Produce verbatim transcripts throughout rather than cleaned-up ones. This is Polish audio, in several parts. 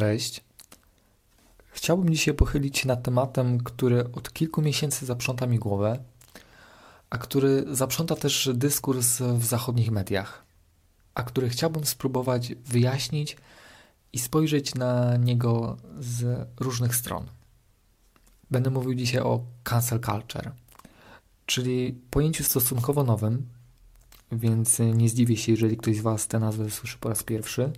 Cześć. Chciałbym dzisiaj pochylić się nad tematem, który od kilku miesięcy zaprząta mi głowę, a który zaprząta też dyskurs w zachodnich mediach, a który chciałbym spróbować wyjaśnić i spojrzeć na niego z różnych stron. Będę mówił dzisiaj o cancel culture, czyli pojęciu stosunkowo nowym, więc nie zdziwię się, jeżeli ktoś z Was tę nazwę słyszy po raz pierwszy.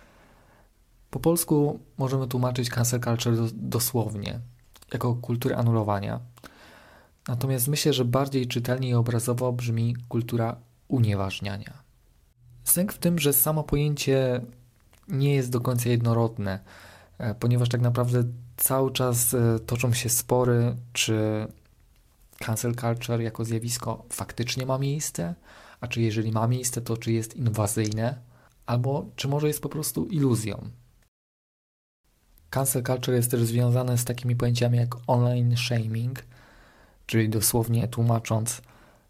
Po polsku możemy tłumaczyć cancel culture dosłownie, jako kulturę anulowania. Natomiast myślę, że bardziej czytelnie i obrazowo brzmi kultura unieważniania. Sęk w tym, że samo pojęcie nie jest do końca jednorodne, ponieważ tak naprawdę cały czas toczą się spory, czy cancel culture jako zjawisko faktycznie ma miejsce, a czy jeżeli ma miejsce, to czy jest inwazyjne, albo czy może jest po prostu iluzją. Cancel culture jest też związane z takimi pojęciami jak online shaming, czyli dosłownie tłumacząc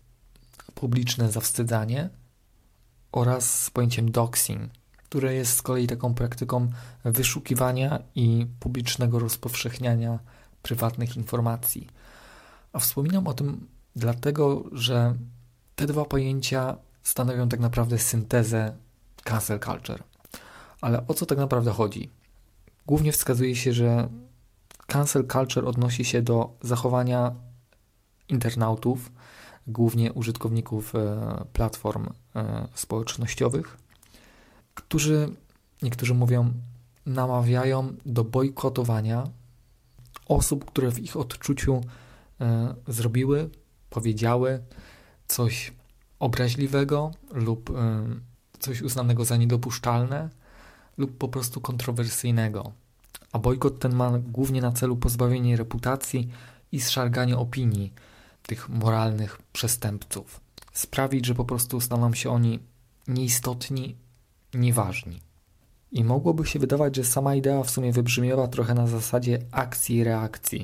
publiczne zawstydzanie, oraz z pojęciem doxing, które jest z kolei taką praktyką wyszukiwania i publicznego rozpowszechniania prywatnych informacji. A wspominam o tym dlatego, że te dwa pojęcia stanowią tak naprawdę syntezę cancel culture. Ale o co tak naprawdę chodzi? Głównie wskazuje się, że cancel culture odnosi się do zachowania internautów, głównie użytkowników platform społecznościowych, którzy, niektórzy mówią, namawiają do bojkotowania osób, które w ich odczuciu zrobiły, powiedziały coś obraźliwego lub coś uznanego za niedopuszczalne lub po prostu kontrowersyjnego. A bojkot ten ma głównie na celu pozbawienie reputacji i zszarganie opinii tych moralnych przestępców. Sprawić, że po prostu staną się oni nieistotni, nieważni. I mogłoby się wydawać, że sama idea w sumie wybrzmiewa trochę na zasadzie akcji i reakcji.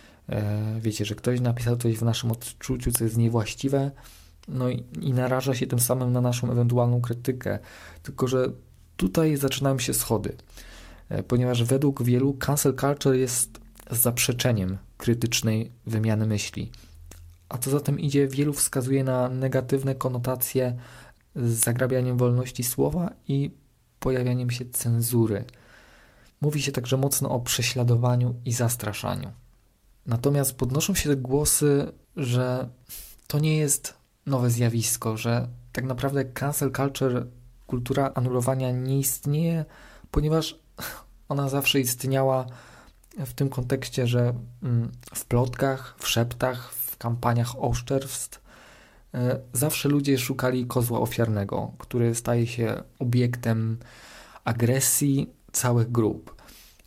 E, wiecie, że ktoś napisał coś w naszym odczuciu, co jest niewłaściwe, no i, i naraża się tym samym na naszą ewentualną krytykę. Tylko że tutaj zaczynają się schody, e, ponieważ według wielu cancel culture jest zaprzeczeniem krytycznej wymiany myśli. A co za tym idzie, wielu wskazuje na negatywne konotacje z zagrabianiem wolności słowa i pojawianiem się cenzury. Mówi się także mocno o prześladowaniu i zastraszaniu. Natomiast podnoszą się te głosy, że to nie jest nowe zjawisko, że tak naprawdę cancel culture, kultura anulowania nie istnieje, ponieważ ona zawsze istniała w tym kontekście, że w plotkach, w szeptach, w kampaniach oszczerstw zawsze ludzie szukali kozła ofiarnego, który staje się obiektem agresji całych grup.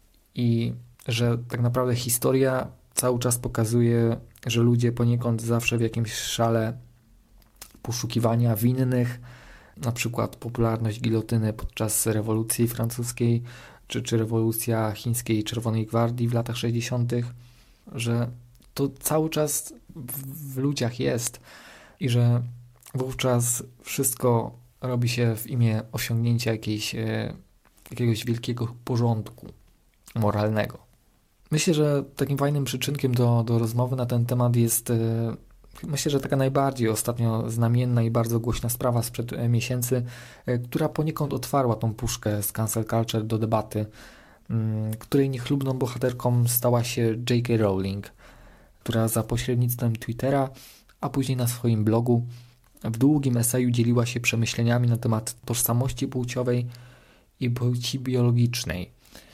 I że tak naprawdę historia cały czas pokazuje, że ludzie poniekąd zawsze w jakimś szale poszukiwania winnych, na przykład popularność gilotyny podczas rewolucji francuskiej, czy, czy rewolucja chińskiej Czerwonej Gwardii w latach sześćdziesiątych, że to cały czas w, w ludziach jest i że wówczas wszystko robi się w imię osiągnięcia jakiejś, e, jakiegoś wielkiego porządku moralnego. Myślę, że takim fajnym przyczynkiem do, do rozmowy na ten temat jest, e, myślę, że taka najbardziej ostatnio znamienna i bardzo głośna sprawa sprzed miesięcy, e, która poniekąd otwarła tą puszkę z cancel culture do debaty, m, której niechlubną bohaterką stała się J K Rowling, która za pośrednictwem Twittera, a później na swoim blogu w długim eseju dzieliła się przemyśleniami na temat tożsamości płciowej i płci biologicznej,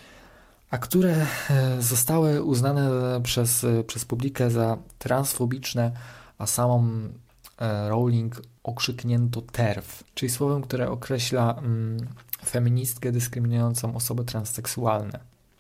a które zostały uznane przez, przez publikę za transfobiczne, a samą Rowling okrzyknięto TERF, czyli słowem, które określa mm, feministkę dyskryminującą osoby transseksualne.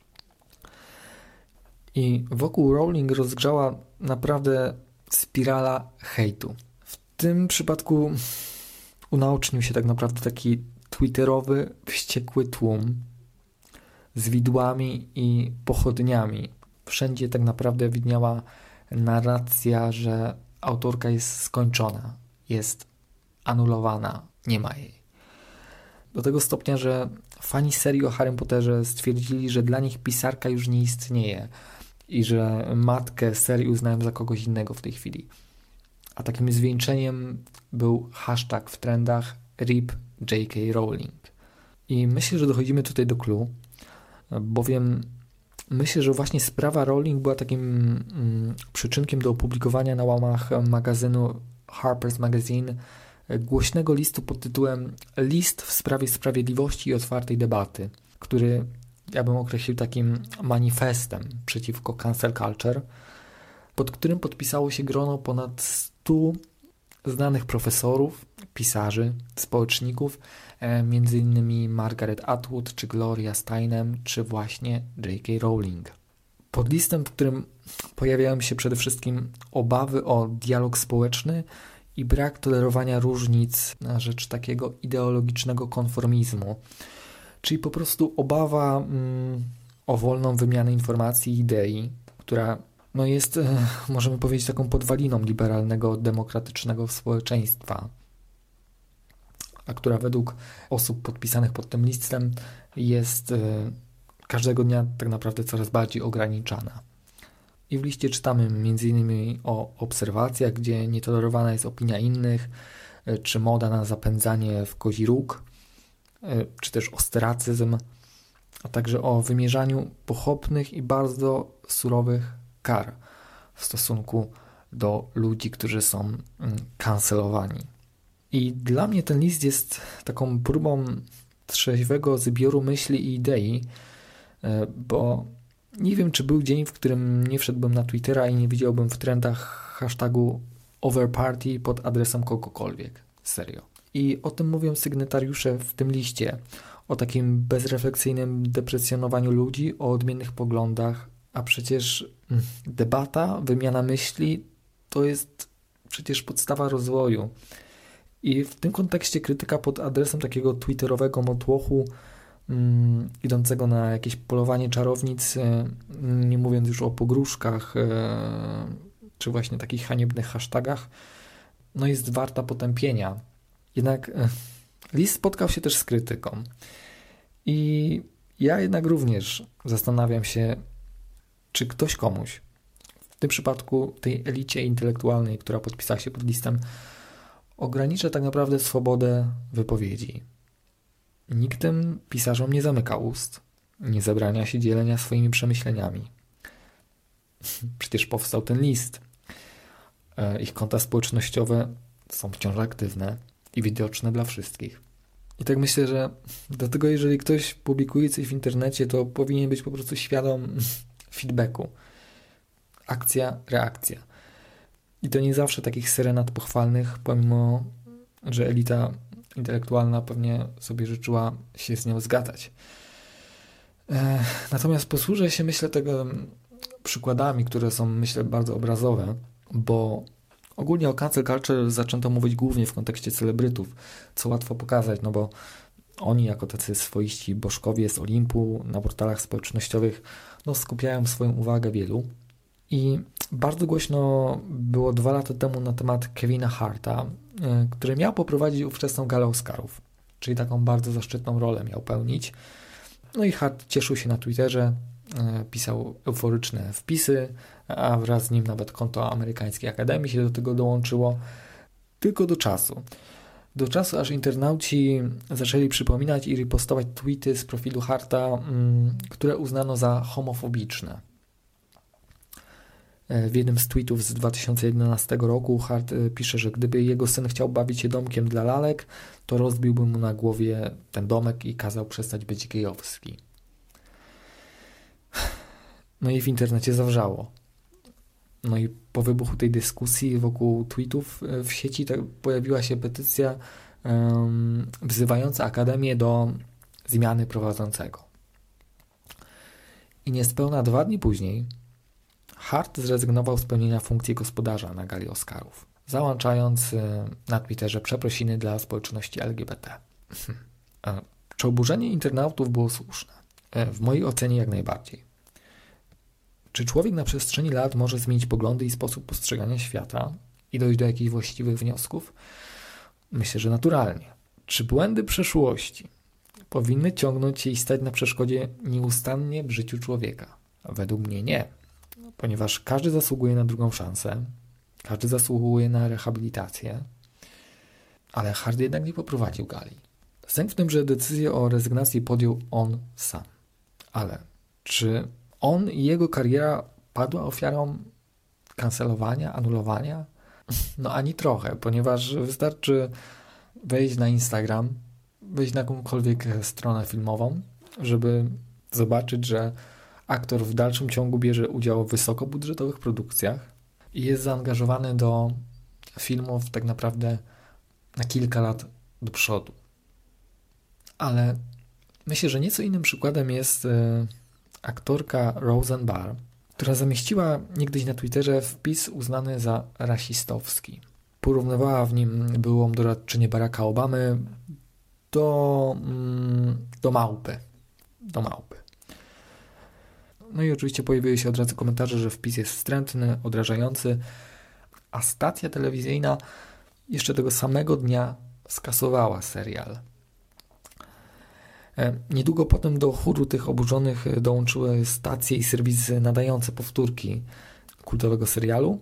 I wokół Rowling rozgrzała naprawdę spirala hejtu. W tym przypadku unaocznił się tak naprawdę taki twitterowy, wściekły tłum z widłami i pochodniami. Wszędzie tak naprawdę widniała narracja, że autorka jest skończona, jest anulowana, nie ma jej. Do tego stopnia, że fani serii o Harrym Potterze stwierdzili, że dla nich pisarka już nie istnieje i że matkę serii uznają za kogoś innego w tej chwili. A takim zwieńczeniem był hashtag w trendach R I P J K Rowling. I myślę, że dochodzimy tutaj do clou, bowiem myślę, że właśnie sprawa Rowling była takim mm, przyczynkiem do opublikowania na łamach magazynu Harper's Magazine głośnego listu pod tytułem List w sprawie sprawiedliwości i otwartej debaty, który ja bym określił takim manifestem przeciwko cancel culture, pod którym podpisało się grono ponad stu znanych profesorów, pisarzy, społeczników, między innymi Margaret Atwood, czy Gloria Steinem, czy właśnie J K Rowling. Pod listem, w którym pojawiają się przede wszystkim obawy o dialog społeczny i brak tolerowania różnic na rzecz takiego ideologicznego konformizmu, czyli po prostu obawa mm, o wolną wymianę informacji i idei, która no jest, e, możemy powiedzieć, taką podwaliną liberalnego, demokratycznego społeczeństwa, a która według osób podpisanych pod tym listem jest e, każdego dnia tak naprawdę coraz bardziej ograniczana. I w liście czytamy między innymi o obserwacjach, gdzie nietolerowana jest opinia innych, e, czy moda na zapędzanie w kozi róg, e, czy też ostracyzm, a także o wymierzaniu pochopnych i bardzo surowych kar w stosunku do ludzi, którzy są kancelowani. I dla mnie ten list jest taką próbą trzeźwego zbioru myśli i idei, bo nie wiem, czy był dzień, w którym nie wszedłbym na Twittera i nie widziałbym w trendach hashtagu overparty pod adresem kogokolwiek. Serio. I o tym mówią sygnatariusze w tym liście. O takim bezrefleksyjnym deprecjonowaniu ludzi, o odmiennych poglądach, a przecież debata, wymiana myśli to jest przecież podstawa rozwoju. I w tym kontekście krytyka pod adresem takiego twitterowego motłochu mm, idącego na jakieś polowanie czarownic, e, nie mówiąc już o pogróżkach e, czy właśnie takich haniebnych hashtagach, no jest warta potępienia. Jednak e, list spotkał się też z krytyką. I ja jednak również zastanawiam się, czy ktoś komuś, w tym przypadku tej elicie intelektualnej, która podpisała się pod listem, ogranicza tak naprawdę swobodę wypowiedzi. Nikt tym pisarzom nie zamyka ust, nie zabrania się dzielenia swoimi przemyśleniami. Przecież powstał ten list. Ich konta społecznościowe są wciąż aktywne i widoczne dla wszystkich. I tak myślę, że dlatego jeżeli ktoś publikuje coś w internecie, to powinien być po prostu świadom feedbacku. Akcja, reakcja. I to nie zawsze takich serenad pochwalnych, pomimo że elita intelektualna pewnie sobie życzyła się z nią zgadzać. E, natomiast posłużę się, myślę, tego przykładami, które są, myślę, bardzo obrazowe, bo ogólnie o cancel culture zaczęto mówić głównie w kontekście celebrytów, co łatwo pokazać, no bo oni jako tacy swoiści bożkowie z Olimpu na portalach społecznościowych no, skupiają swoją uwagę wielu. I bardzo głośno było dwa lata temu na temat Kevina Harta, który miał poprowadzić ówczesną galę Oscarów, czyli taką bardzo zaszczytną rolę miał pełnić. No i Hart cieszył się na Twitterze, pisał euforyczne wpisy, a wraz z nim nawet konto Amerykańskiej Akademii się do tego dołączyło. Tylko do czasu. Do czasu, aż internauci zaczęli przypominać i repostować tweety z profilu Harta, które uznano za homofobiczne. W jednym z tweetów z dwa tysiące jedenastego roku Hart pisze, że gdyby jego syn chciał bawić się domkiem dla lalek, to rozbiłby mu na głowie ten domek i kazał przestać być gejowski. No i w internecie zawrzało. No i po wybuchu tej dyskusji wokół tweetów w sieci tak pojawiła się petycja um, wzywająca Akademię do zmiany prowadzącego. I niespełna dwa dni później Hart zrezygnował z pełnienia funkcji gospodarza na gali Oscarów, załączając na Twitterze przeprosiny dla społeczności L G B T. Czy oburzenie internautów było słuszne? W mojej ocenie jak najbardziej. Czy człowiek na przestrzeni lat może zmienić poglądy i sposób postrzegania świata i dojść do jakichś właściwych wniosków? Myślę, że naturalnie. Czy błędy przeszłości powinny ciągnąć się i stać na przeszkodzie nieustannie w życiu człowieka. Według mnie nie, ponieważ każdy zasługuje na drugą szansę, każdy zasługuje na rehabilitację, ale Hart jednak nie poprowadził gali. Sęk w tym, że decyzję o rezygnacji podjął on sam. Ale czy on i jego kariera padła ofiarą kancelowania, anulowania? No ani trochę, ponieważ wystarczy wejść na Instagram, wejść na jakąkolwiek stronę filmową, żeby zobaczyć, że aktor w dalszym ciągu bierze udział w wysokobudżetowych produkcjach i jest zaangażowany do filmów tak naprawdę na kilka lat do przodu. Ale myślę, że nieco innym przykładem jest e, aktorka Roseanne Barr, która zamieściła niegdyś na Twitterze wpis uznany za rasistowski. Porównywała w nim byłą doradczynię Baracka Obamy do, mm, do małpy. Do małpy. No i oczywiście pojawiły się od razu komentarze, że wpis jest wstrętny, odrażający, a stacja telewizyjna jeszcze tego samego dnia skasowała serial. Niedługo potem do chóru tych oburzonych dołączyły stacje i serwisy nadające powtórki kultowego serialu.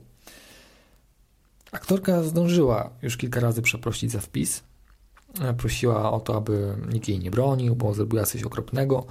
Aktorka zdążyła już kilka razy przeprosić za wpis. Prosiła o to, aby nikt jej nie bronił, bo zrobiła coś okropnego.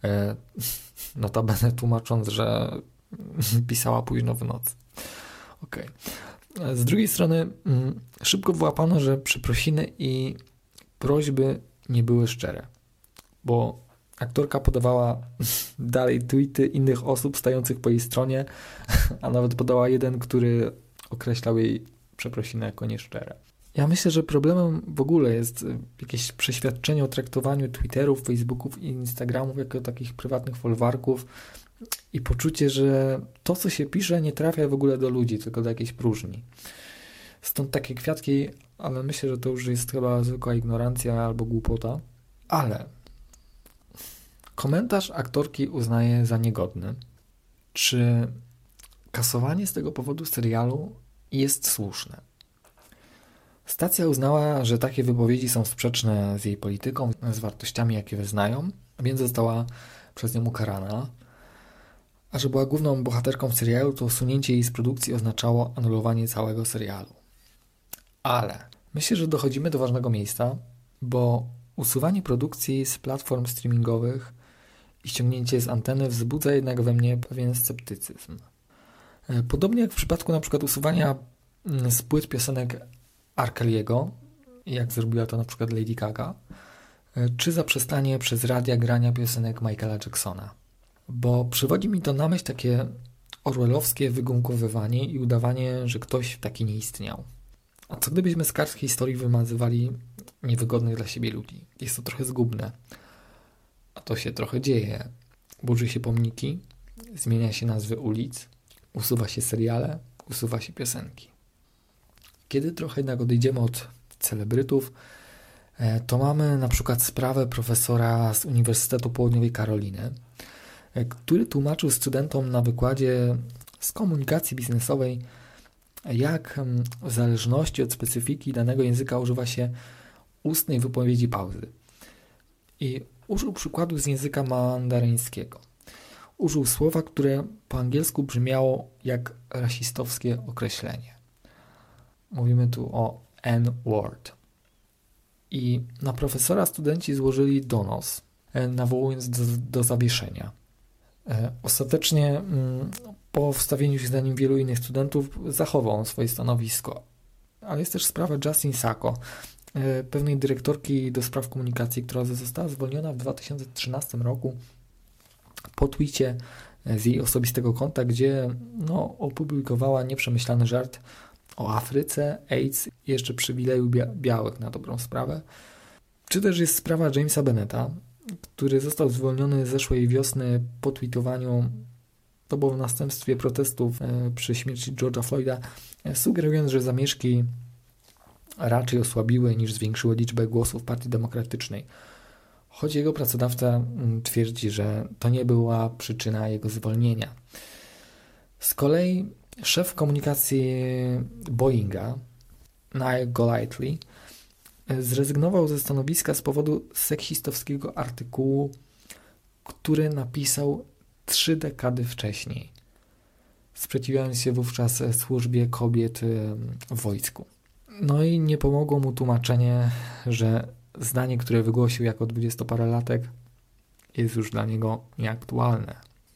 Notabene tłumacząc, że pisała późno w nocy. Okej. Z drugiej strony szybko wyłapano, że przeprosiny i prośby nie były szczere, bo aktorka podawała dalej tweety innych osób stających po jej stronie, a nawet podała jeden, który określał jej przeprosiny jako nieszczere. Ja myślę, że problemem w ogóle jest jakieś przeświadczenie o traktowaniu Twitterów, Facebooków i Instagramów jako takich prywatnych folwarków i poczucie, że to, co się pisze, nie trafia w ogóle do ludzi, tylko do jakiejś próżni. Stąd takie kwiatki, ale myślę, że to już jest chyba zwykła ignorancja albo głupota. Ale komentarz aktorki uznaję za niegodny. Czy kasowanie z tego powodu serialu jest słuszne? Stacja uznała, że takie wypowiedzi są sprzeczne z jej polityką, z wartościami, jakie wyznają, więc została przez nią ukarana. A że była główną bohaterką serialu, to usunięcie jej z produkcji oznaczało anulowanie całego serialu. Ale myślę, że dochodzimy do ważnego miejsca, bo usuwanie produkcji z platform streamingowych i ściągnięcie z anteny wzbudza jednak we mnie pewien sceptycyzm. Podobnie jak w przypadku na przykład usuwania z płyt piosenek R. Kelly'ego, jak zrobiła to na przykład Lady Gaga, czy zaprzestanie przez radia grania piosenek Michaela Jacksona. Bo przywodzi mi to na myśl takie orwellowskie wygumkowywanie i udawanie, że ktoś taki nie istniał. A co gdybyśmy z kart historii wymazywali niewygodnych dla siebie ludzi? Jest to trochę zgubne. A to się trochę dzieje. Burzy się pomniki, zmienia się nazwy ulic, usuwa się seriale, usuwa się piosenki. Kiedy trochę jednak odejdziemy od celebrytów, to mamy na przykład sprawę profesora z Uniwersytetu Południowej Karoliny, który tłumaczył studentom na wykładzie z komunikacji biznesowej, jak w zależności od specyfiki danego języka używa się ustnej wypowiedzi pauzy. I użył przykładu z języka mandaryńskiego. Użył słowa, które po angielsku brzmiało jak rasistowskie określenie. Mówimy tu o N-word. I na profesora studenci złożyli donos, nawołując do, do zawieszenia. Ostatecznie po wstawieniu się za nim wielu innych studentów zachował on swoje stanowisko. Ale jest też sprawa Justine Sacco, pewnej dyrektorki do spraw komunikacji, która została zwolniona w dwa tysiące trzynastym roku po twicie z jej osobistego konta, gdzie no, opublikowała nieprzemyślany żart o Afryce, AIDS i jeszcze przywileju bia- białych na dobrą sprawę. Czy też jest sprawa Jamesa Bennetta, który został zwolniony zeszłej wiosny po tweetowaniu, to było w następstwie protestów e, przy śmierci George'a Floyda, e, sugerując, że zamieszki raczej osłabiły niż zwiększyły liczbę głosów Partii Demokratycznej. Choć jego pracodawca m, twierdzi, że to nie była przyczyna jego zwolnienia. Z kolei szef komunikacji Boeinga, Niall Golightly, zrezygnował ze stanowiska z powodu seksistowskiego artykułu, który napisał trzy dekady wcześniej, sprzeciwiając się wówczas służbie kobiet w wojsku. No i nie pomogło mu tłumaczenie, że zdanie, które wygłosił jako dwudziestoparolatek, jest już dla niego nieaktualne.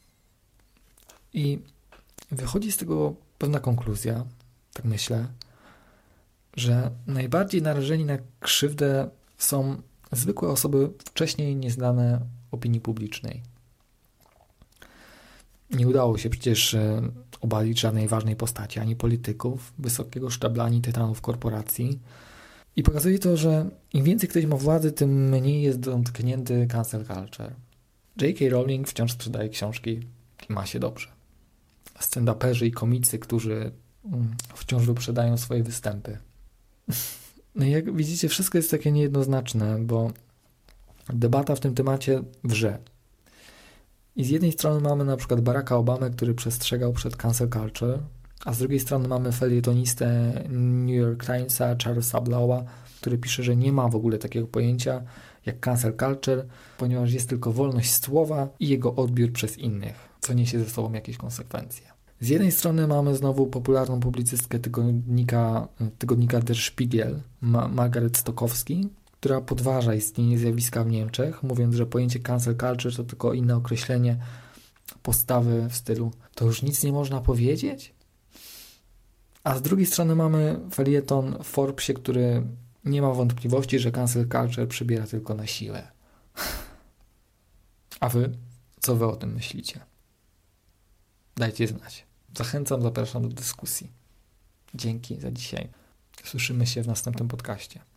I wychodzi z tego pewna konkluzja, tak myślę, że najbardziej narażeni na krzywdę są zwykłe osoby wcześniej nieznane opinii publicznej. Nie udało się przecież obalić żadnej ważnej postaci, ani polityków, wysokiego szczebla, ani tytanów korporacji. I pokazuje to, że im więcej ktoś ma władzy, tym mniej jest dotknięty cancel culture. J K. Rowling wciąż sprzedaje książki i ma się dobrze. Stand-uperzy i komicy, którzy wciąż wyprzedają swoje występy. No i jak widzicie, wszystko jest takie niejednoznaczne, bo debata w tym temacie wrze. I z jednej strony mamy na przykład Baracka Obamę, który przestrzegał przed cancel culture, a z drugiej strony mamy felietonistę New York Timesa Charlesa Blowa, który pisze, że nie ma w ogóle takiego pojęcia jak cancel culture, ponieważ jest tylko wolność słowa i jego odbiór przez innych, co niesie ze sobą jakieś konsekwencje. Z jednej strony mamy znowu popularną publicystkę tygodnika, tygodnika Der Spiegel, Ma- Margaret Stokowski, która podważa istnienie zjawiska w Niemczech, mówiąc, że pojęcie cancel culture to tylko inne określenie postawy w stylu to już nic nie można powiedzieć? A z drugiej strony mamy felieton w Forbesie, który nie ma wątpliwości, że cancel culture przybiera tylko na siłę. A wy? Co wy o tym myślicie? Dajcie znać. Zachęcam, zapraszam do dyskusji. Dzięki za dzisiaj. Słyszymy się w następnym podcaście.